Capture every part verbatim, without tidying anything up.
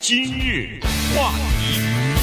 今日话题，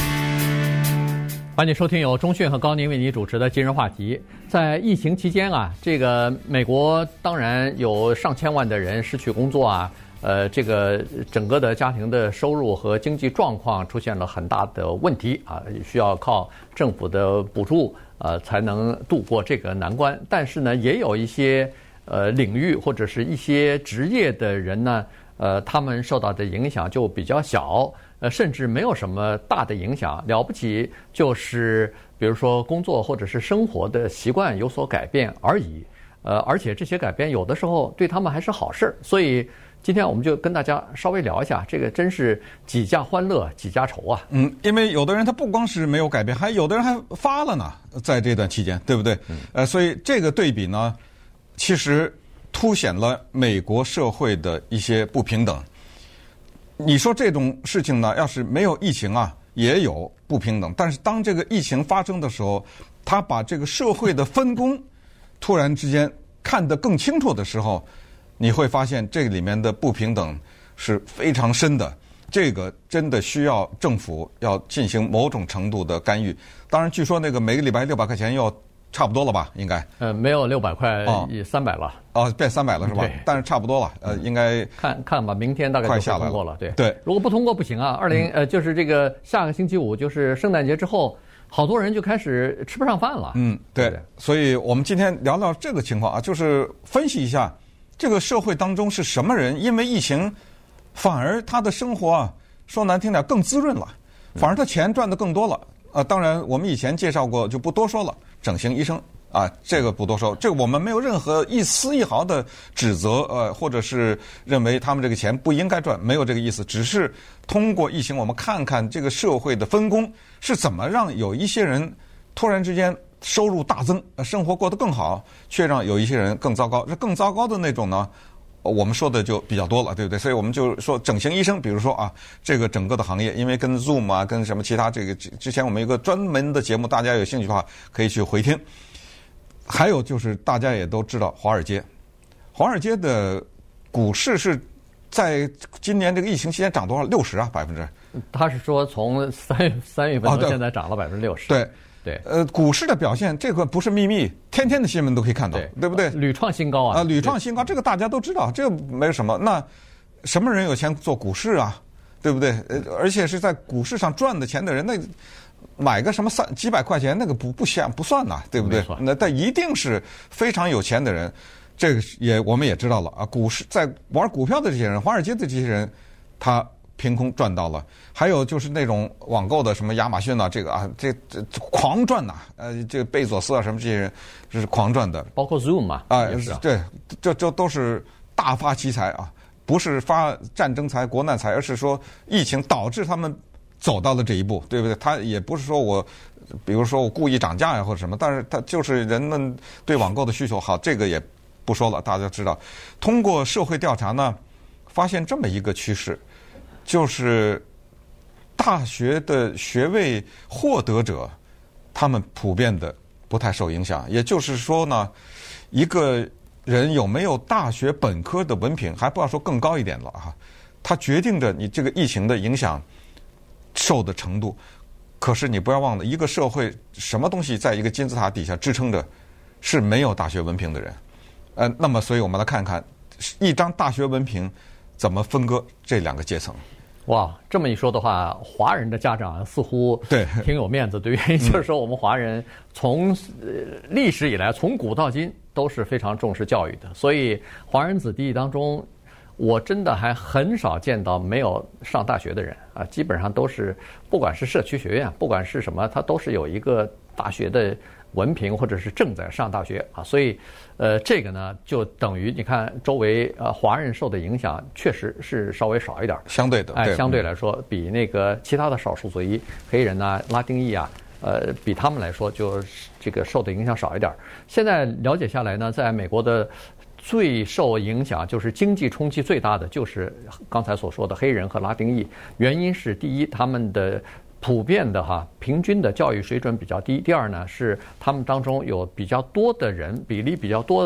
欢迎收听由钟讯和高宁为你主持的今日话题。在疫情期间啊，这个美国当然有上千万的人失去工作啊，呃，这个整个的家庭的收入和经济状况出现了很大的问题啊，需要靠政府的补助呃才能度过这个难关。但是呢，也有一些呃领域或者是一些职业的人呢。呃，他们受到的影响就比较小，呃，甚至没有什么大的影响。了不起就是比如说工作或者是生活的习惯有所改变而已。呃，而且这些改变有的时候对他们还是好事。所以今天我们就跟大家稍微聊一下，这个真是几家欢乐几家愁啊。 嗯，因为有的人他不光是没有改变，还有的人还发了呢，在这段期间，对不对？嗯、呃，所以这个对比呢，其实凸显了美国社会的一些不平等。你说这种事情呢，要是没有疫情啊，也有不平等。但是当这个疫情发生的时候，他把这个社会的分工突然之间看得更清楚的时候，你会发现这里面的不平等是非常深的。这个真的需要政府要进行某种程度的干预。当然，据说那个每个礼拜六百块钱要差不多了吧？应该呃，没有六百块，三百了。 哦，变三百了是吧？但是差不多了，呃，应该看看吧，明天大概就会通过了。对对， 如果不通过不行啊。二零呃，就是这个下个星期五，就是圣诞节之后，好多人就开始吃不上饭了。 嗯，对。对所以我们今天聊聊这个情况啊，就是分析一下这个社会当中是什么人，因为疫情反而他的生活啊，说难听点更滋润了，反而他钱赚得更多了。啊，当然我们以前介绍过，就不多说了。整形医生啊，这个不多说，这个我们没有任何一丝一毫的指责，呃，或者是认为他们这个钱不应该赚，没有这个意思。只是通过疫情，我们看看这个社会的分工是怎么让有一些人突然之间收入大增，生活过得更好，却让有一些人更糟糕。这更糟糕的那种呢，我们说的就比较多了，对不对？所以我们就说整形医生，比如说啊，这个整个的行业，因为跟 Zoom 啊，跟什么其他这个之前我们有一个专门的节目，大家有兴趣的话可以去回听。还有就是大家也都知道华尔街，华尔街的股市是在今年这个疫情期间涨多少？六十啊，百分之。 他是说从三月三月份到现在涨了百分之六十。 对。 对， 呃，股市的表现这个不是秘密，天天的新闻都可以看到， 对, 对不对？ 屡创新高啊！ 啊，屡创新高，这个大家都知道，这个没什么。那什么人有钱做股市啊？对不对？呃，而且是在股市上赚的钱的人，那买个什么三几百块钱，那个不不算不算呐，对不对？那但一定是非常有钱的人，这个也我们也知道了啊。股市在玩股票的这些人，华尔街的这些人，他凭空赚到了。还有就是那种网购的什么亚马逊啊，这个啊，这这狂赚呐、啊！呃，这个贝佐斯啊，什么这些人这是狂赚的， 包括 Zoom 嘛啊，啊对，这这都是大发奇财啊，不是发战争财、国难财，而是说疫情导致他们走到了这一步，对不对？他也不是说我，比如说我故意涨价呀或者什么，但是他就是人们对网购的需求好，这个也不说了，大家知道。通过社会调查呢，发现这么一个趋势，就是大学的学位获得者，他们普遍的不太受影响。也就是说呢，一个人有没有大学本科的文凭，还不要说更高一点了啊，它决定着你这个疫情的影响受的程度。可是你不要忘了，一个社会什么东西在一个金字塔底下支撑着，是没有大学文凭的人。呃，那么所以我们来看看一张大学文凭怎么分割这两个阶层。 哇，这么一说的话，华人的家长似乎对挺有面子，对，原因就是说我们华人从呃历史以来，从古到今都是非常重视教育的，所以华人子弟当中，我真的还很少见到没有上大学的人啊，基本上都是不管是社区学院，不管是什么，他都是有一个大学的文凭或者是正在上大学啊，所以，呃，这个呢就等于你看周围呃华人受的影响确实是稍微少一点， 相对的， 哎，相对来说比那个其他的少数族裔、黑人呐、拉丁裔啊，呃，比他们来说就这个受的影响少一点。现在了解下来呢，在美国的最受影响就是经济冲击最大的就是刚才所说的黑人和拉丁裔，原因是第一，他们的普遍的哈平均的教育水准比较低。第二呢，是他们当中有比较多的人，比例比较多的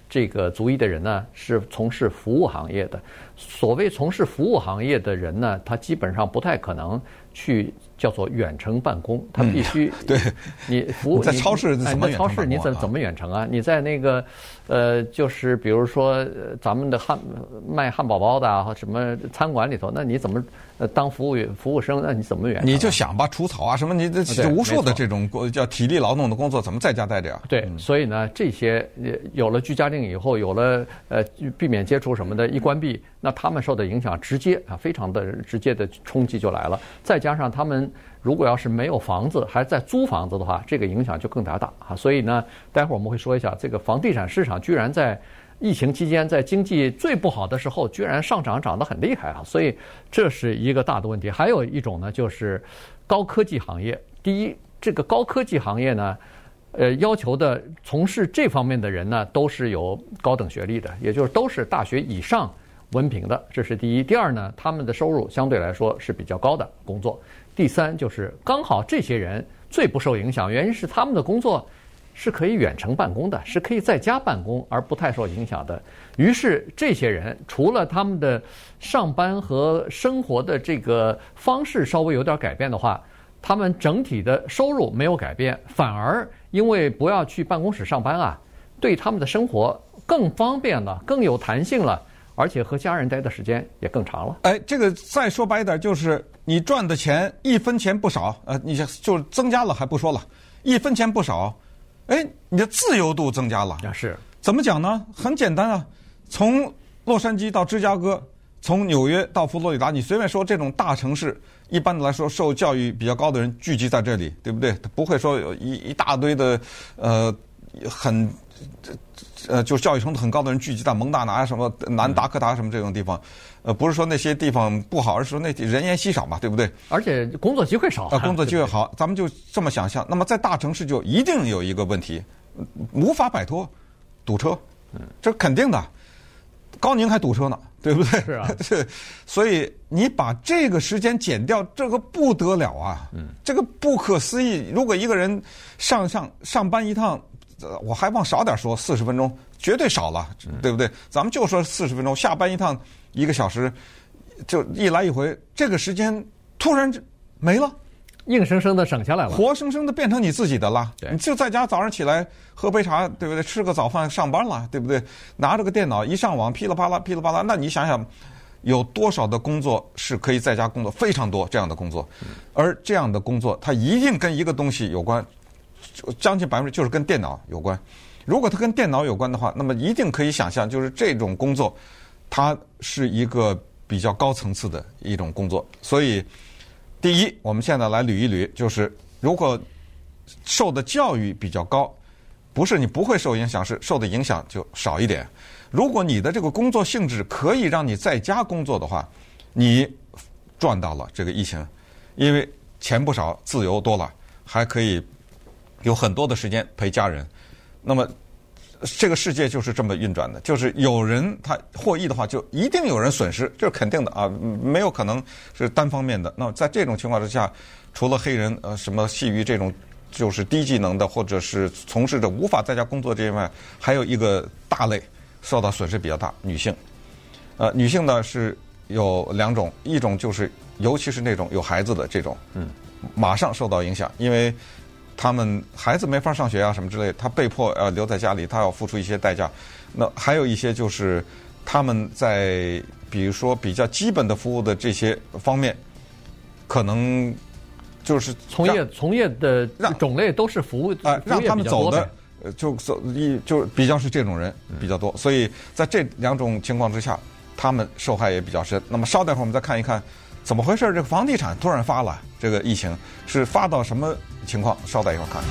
这个族裔的人呢是从事服务行业的。所谓从事服务行业的人呢，他基本上不太可能去叫做远程办公，他必须、 嗯、对你服务在超市怎么远程办公、哎、超市你怎怎么远程啊？你在那个呃，就是比如说咱们的汉卖汉堡包的啊，什么餐馆里头，那你怎么呃当服务服务生？那你怎么远程、啊？ 你就想吧，除草啊什么，你这无数的这种叫体力劳动的工作，怎么在家待着呀？ 对，嗯、所以呢，这些有了居家令以后，有了呃避免接触什么的，一关闭，那他们受的影响直接啊，非常的直接的冲击就来了。再加上他们如果要是没有房子，还在租房子的话，这个影响就更加大啊。所以呢，待会儿我们会说一下，这个房地产市场居然在疫情期间，在经济最不好的时候，居然上涨涨得很厉害啊。所以这是一个大的问题。还有一种呢，就是高科技行业。第一，这个高科技行业呢，呃，要求的从事这方面的人呢，都是有高等学历的，也就是都是大学以上文凭的，这是第一。第二呢，他们的收入相对来说是比较高的工作。第三就是刚好这些人最不受影响，原因是他们的工作是可以远程办公的，是可以在家办公而不太受影响的。于是这些人除了他们的上班和生活的这个方式稍微有点改变的话，他们整体的收入没有改变，反而因为不要去办公室上班啊，对他们的生活更方便了，更有弹性了，而且和家人待的时间也更长了。 哎，这个再说白一点，就是你赚的钱一分钱不少，呃，你就增加了还不说了，一分钱不少，哎，你的自由度增加了。 是怎么讲呢？很简单啊，从洛杉矶到芝加哥，从纽约到佛罗里达，你随便说这种大城市，一般的来说受教育比较高的人聚集在这里，对不对？他不会说有一一大堆的呃很。呃，就是教育程度很高的人聚集在蒙大拿什么南达科他什么这种地方，呃，不是说那些地方不好，而是说那人烟稀少嘛，对不对？ 而且工作机会少啊、 呃，工作机会好，咱们就这么想象。那么在大城市就一定有一个问题，无法摆脱，堵车，这肯定的。高宁还堵车呢，对不对？ 是啊， 所以你把这个时间减掉，这个不得了啊，嗯，这个不可思议。如果一个人上上上班一趟。我还往少点说，四十分钟绝对少了，对不对？咱们就说四十分钟，下班一趟一个小时，就一来一回，这个时间突然没了， 硬生生的省下来了， 活生生的变成你自己的了。 对， 你就在家早上起来喝杯茶，对不对？吃个早饭上班了，对不对？拿着个电脑一上网，噼里啪啦噼里啪啦，那你想想，有多少的工作是可以在家工作？非常多这样的工作，而这样的工作，它一定跟一个东西有关。将近百分之就是跟电脑有关。如果它跟电脑有关的话，那么一定可以想象，就是这种工作，它是一个比较高层次的一种工作。所以，第一，我们现在来捋一捋，就是如果受的教育比较高，不是你不会受影响，是受的影响就少一点。如果你的这个工作性质可以让你在家工作的话，你赚到了这个疫情，因为钱不少，自由多了，还可以有很多的时间陪家人。那么这个世界就是这么运转的，就是有人他获益的话，就一定有人损失，这是肯定的啊，没有可能是单方面的。那么在这种情况之下，除了黑人呃什么系于这种就是低技能的，或者是从事着无法在家工作这一外，还有一个大类受到损失比较大，女性。呃，女性呢是有两种，一种就是尤其是那种有孩子的这种，嗯，马上受到影响，因为他们孩子没法上学啊什么之类的，他被迫呃留在家里，他要付出一些代价。那还有一些就是他们在比如说比较基本的服务的这些方面，可能就是从业从业的种类都是服务啊、呃，让他们走的呃就走一就比较是这种人比较多，所以在这两种情况之下，他们受害也比较深。那么稍待会儿我们再看一看怎么回事，这个房地产突然发了，这个疫情是发到什么情况？稍待一会儿看。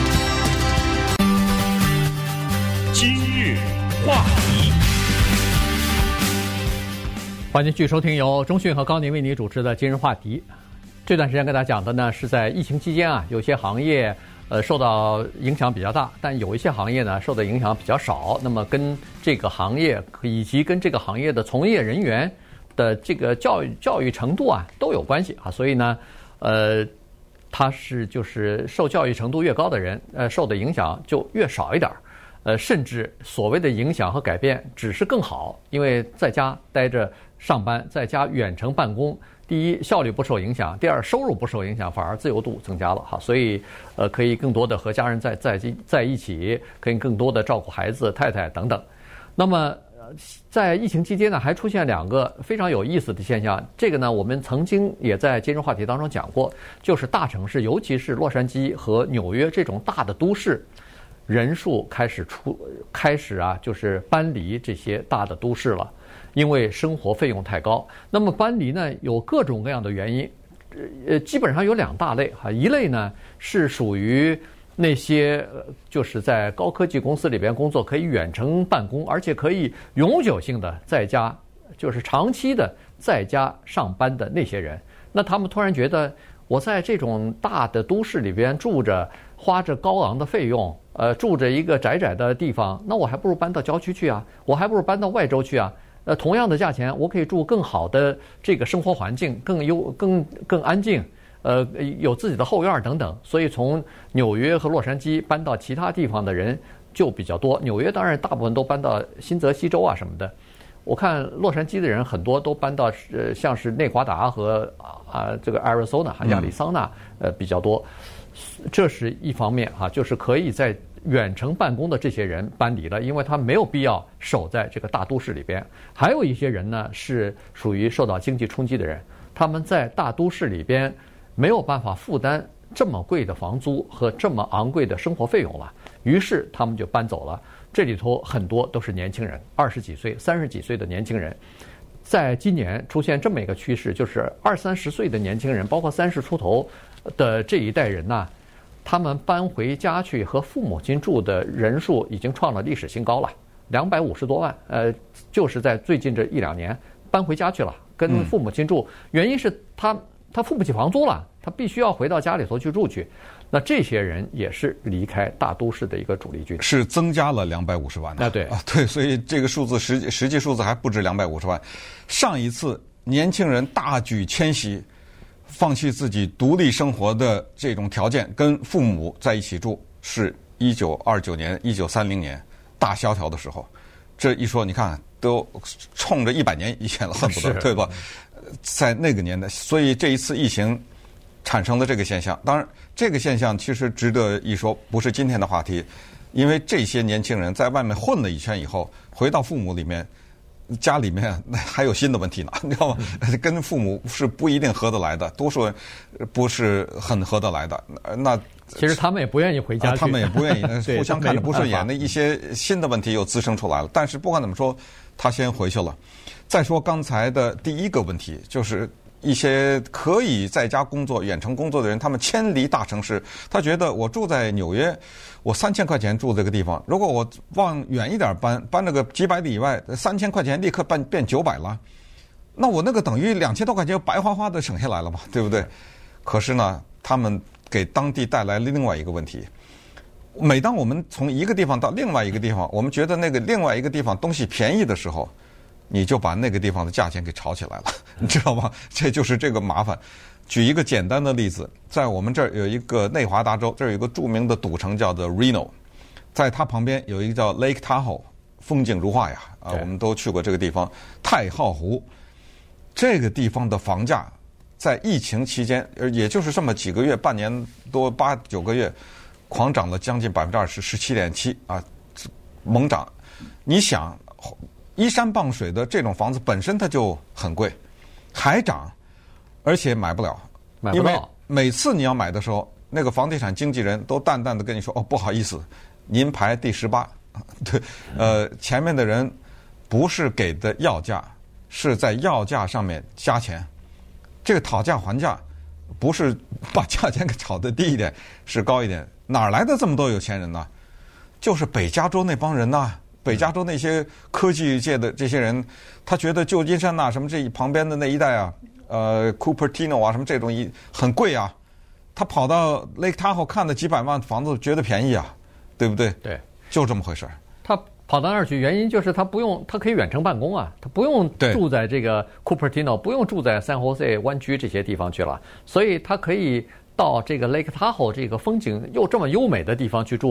今日话题， 欢迎继续收听由钟迅和高宁为你主持的今日话题。这段时间跟大家讲的呢，是在疫情期间啊，有些行业呃受到影响比较大，但有一些行业呢受的影响比较少。那么跟这个行业以及跟这个行业的从业人员的这个教育教育程度啊都有关系啊，所以呢，呃，他是就是受教育程度越高的人，呃，受的影响就越少一点。 呃，甚至所谓的影响和改变只是更好，因为在家待着上班，在家远程办公，第一效率不受影响，第二收入不受影响，反而自由度增加了哈，所以呃可以更多的和家人在在在一起，可以更多的照顾孩子、太太等等。那么在疫情期间呢，还出现两个非常有意思的现象。这个呢，我们曾经也在今日话题当中讲过，就是大城市，尤其是洛杉矶和纽约这种大的都市，人数开始出开始啊，就是搬离这些大的都市了，因为生活费用太高。那么搬离呢，有各种各样的原因，呃，基本上有两大类哈。一类呢是属于那些就是在高科技公司里边工作，可以远程办公，而且可以永久性的在家，就是长期的在家上班的那些人。那他们突然觉得，我在这种大的都市里边住着，花着高昂的费用，呃，住着一个窄窄的地方，那我还不如搬到郊区去啊，我还不如搬到外州去啊。呃，同样的价钱，我可以住更好的这个生活环境，更优、更更安静。呃，有自己的后院等等，所以从纽约和洛杉矶搬到其他地方的人就比较多。纽约当然大部分都搬到新泽西州啊什么的。我看洛杉矶的人很多都搬到呃像是内华达和啊这个 Arizona 亚利桑那呃比较多。这是一方面哈，就是可以在远程办公的这些人搬离了，因为他没有必要守在这个大都市里边。还有一些人呢是属于受到经济冲击的人，他们在大都市里边没有办法负担这么贵的房租和这么昂贵的生活费用了，于是他们就搬走了。这里头很多都是年轻人，二十几岁、三十几岁的年轻人。在今年出现这么一个趋势，就是二三十岁的年轻人，包括三十出头的这一代人呐，他们搬回家去和父母亲住的人数已经创了历史新高了，两百五十多万。呃，就是在最近这一两年搬回家去了，跟父母亲住。原因是他。他付不起房租了，他必须要回到家里头去住去。那这些人也是离开大都市的一个主力军， 是增加了两百五十万的。 啊，对啊，对，所以这个数字实际实际数字还不止两百五十万。上一次年轻人大举迁徙，放弃自己独立生活的这种条件，跟父母在一起住，是一九二九年、一九三零年大萧条的时候。这一说，你看都冲着一百年以前了，恨不得，对吧？在那个年代，所以这一次疫情产生的这个现象，当然这个现象其实值得一说，不是今天的话题，因为这些年轻人在外面混了一圈以后，回到父母里面，家里面还有新的问题呢，你知道吗？跟父母是不一定合得来的，多数不是很合得来的。那其实他们也不愿意回家去， 啊、他们也不愿意，互相看着不顺眼的一些新的问题又滋生出来了。但是不管怎么说，他先回去了。再说刚才的第一个问题，就是一些可以在家工作、远程工作的人，他们迁离大城市，他觉得我住在纽约，我三千块钱住这个地方，如果我往远一点搬，搬那个几百里以外，三千块钱立刻变变九百了，那我那个等于两千多块钱白花花的省下来了嘛，对不对？可是呢，他们给当地带来了另外一个问题。每当我们从一个地方到另外一个地方，我们觉得那个另外一个地方东西便宜的时候，你就把那个地方的价钱给炒起来了，你知道吗？这就是这个麻烦。举一个简单的例子，在我们这儿有一个内华达州，这儿有一个著名的赌城叫做 Reno， 在它旁边有一个叫 Lake Tahoe， 风景如画呀，啊，我们都去过这个地方。太浩湖这个地方的房价在疫情期间，也就是这么几个月，半年多八九个月，狂涨了将近百分之二十，十七点七啊，猛涨。你想，依山傍水的这种房子本身它就很贵，还涨，而且买不了， 买不到。 因为每次你要买的时候，那个房地产经纪人都淡淡的跟你说：“哦，不好意思，您排第十八。”对，呃，前面的人不是给的要价，是在要价上面加钱。这个讨价还价，不是把价钱给炒得低一点，是高一点。哪儿来的这么多有钱人呢？就是北加州那帮人呐。北加州那些科技界的这些人，他觉得旧金山呐、啊、什么这旁边的那一带啊，呃 Cupertino 啊什么这种一很贵啊，他跑到 Lake Tahoe 看的几百万房子觉得便宜啊，对不对？ 对， 就这么回事儿。 他跑到那儿去，原因就是他不用，他可以远程办公啊，他不用住在这个 Cupertino， 不用住在 San Jose 湾区这些地方去了，所以他可以到这个 Lake Tahoe 这个风景又这么优美的地方去住。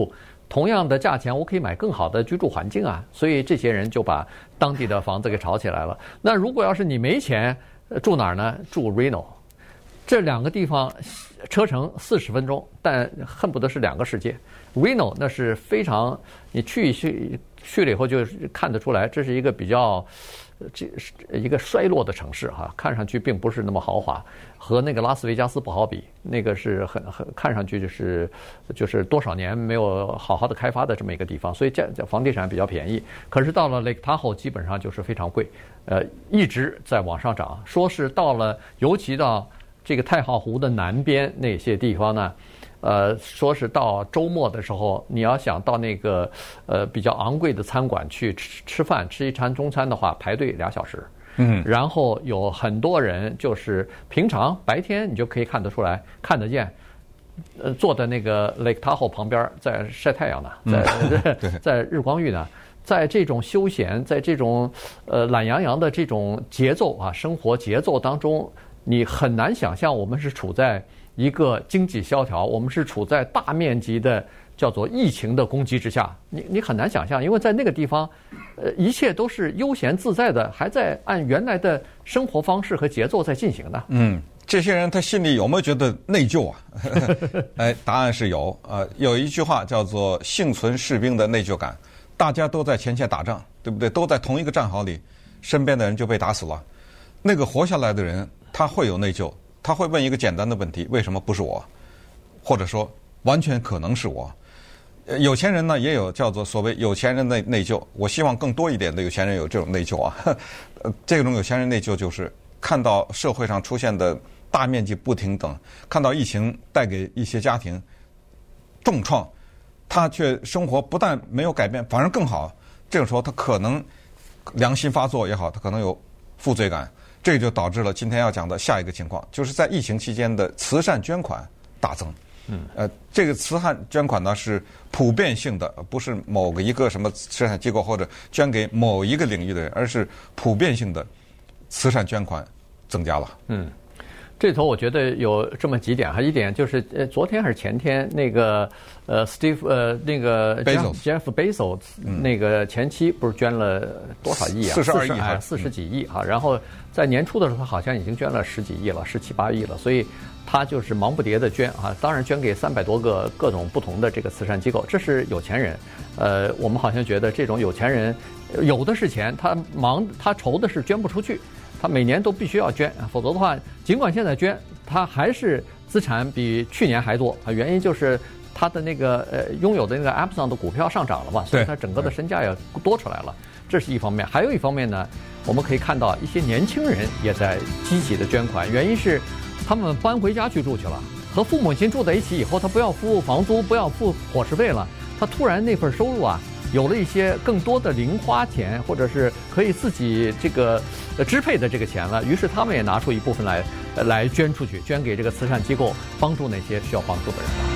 同样的价钱，我可以买更好的居住环境啊，所以这些人就把当地的房子给炒起来了。那如果要是你没钱，住哪儿呢？住 Reno， 这两个地方车程四十分钟，但恨不得是两个世界。Reno 那是非常，你去去去了以后就看得出来，这是一个比较。这是一个衰落的城市哈，看上去并不是那么豪华，和那个拉斯维加斯不好比，那个是很很看上去就是就是多少年没有好好的开发的这么一个地方，所以这房地产比较便宜。可是到了 Lake Tahoe 基本上就是非常贵，呃，一直在往上涨。说是到了，尤其到这个太浩湖的南边那些地方呢。呃，说是到周末的时候，你要想到那个呃比较昂贵的餐馆去吃吃饭，吃一餐中餐的话，排队俩小时。嗯，然后有很多人就是平常白天你就可以看得出来，看得见，呃，坐在那个 Lake Tahoe 旁边在晒太阳呢，在、嗯、在日光浴呢。在这种休闲，在这种呃懒洋洋的这种节奏啊，生活节奏当中，你很难想象我们是处在一个经济萧条，我们是处在大面积的叫做疫情的攻击之下，你你很难想象，因为在那个地方，呃，一切都是悠闲自在的，还在按原来的生活方式和节奏在进行的。 嗯，这些人他心里有没有觉得内疚啊？哎，答案是有。呃，有一句话叫做"幸存士兵的内疚感"，大家都在前线打仗，对不对？都在同一个战壕里，身边的人就被打死了，那个活下来的人他会有内疚。他会问一个简单的问题：为什么不是我？或者说，完全可能是我。有钱人呢，也有叫做所谓有钱人的内疚。我希望更多一点的有钱人有这种内疚啊。这种有钱人内疚就是看到社会上出现的大面积不平等，看到疫情带给一些家庭重创，他却生活不但没有改变，反而更好。这个时候，他可能良心发作也好，他可能有负罪感。这就导致了今天要讲的下一个情况，就是在疫情期间的慈善捐款大增。嗯，呃，这个慈善捐款呢是普遍性的，不是某个一个什么慈善机构或者捐给某一个领域的人，而是普遍性的慈善捐款增加了。 嗯，这头我觉得有这么几点，还一点就是呃，昨天还是前天那个呃，Steve 呃那个 Jeff Bezos 那个前妻不是捐了多少亿啊？ 四十二亿还四十几亿哈。然后在年初的时候，他好像已经捐了十几亿了，十七八亿了。所以他就是忙不迭的捐啊，当然捐给三百多个各种不同的这个慈善机构，这是有钱人。呃，我们好像觉得这种有钱人有的是钱，他忙他愁的是捐不出去。他每年都必须要捐，否则的话，尽管现在捐，他还是资产比去年还多啊。原因就是他的那个呃拥有的那个 Amazon 的股票上涨了嘛，所以他整个的身价也多出来了。这是一方面，还有一方面呢，我们可以看到一些年轻人也在积极的捐款，原因是他们搬回家去住去了，和父母亲住在一起以后，他不要付房租，不要付伙食费了，他突然那份收入啊。有了一些更多的零花钱，或者是可以自己这个呃支配的这个钱了，于是他们也拿出一部分来，呃来捐出去，捐给这个慈善机构，帮助那些需要帮助的人。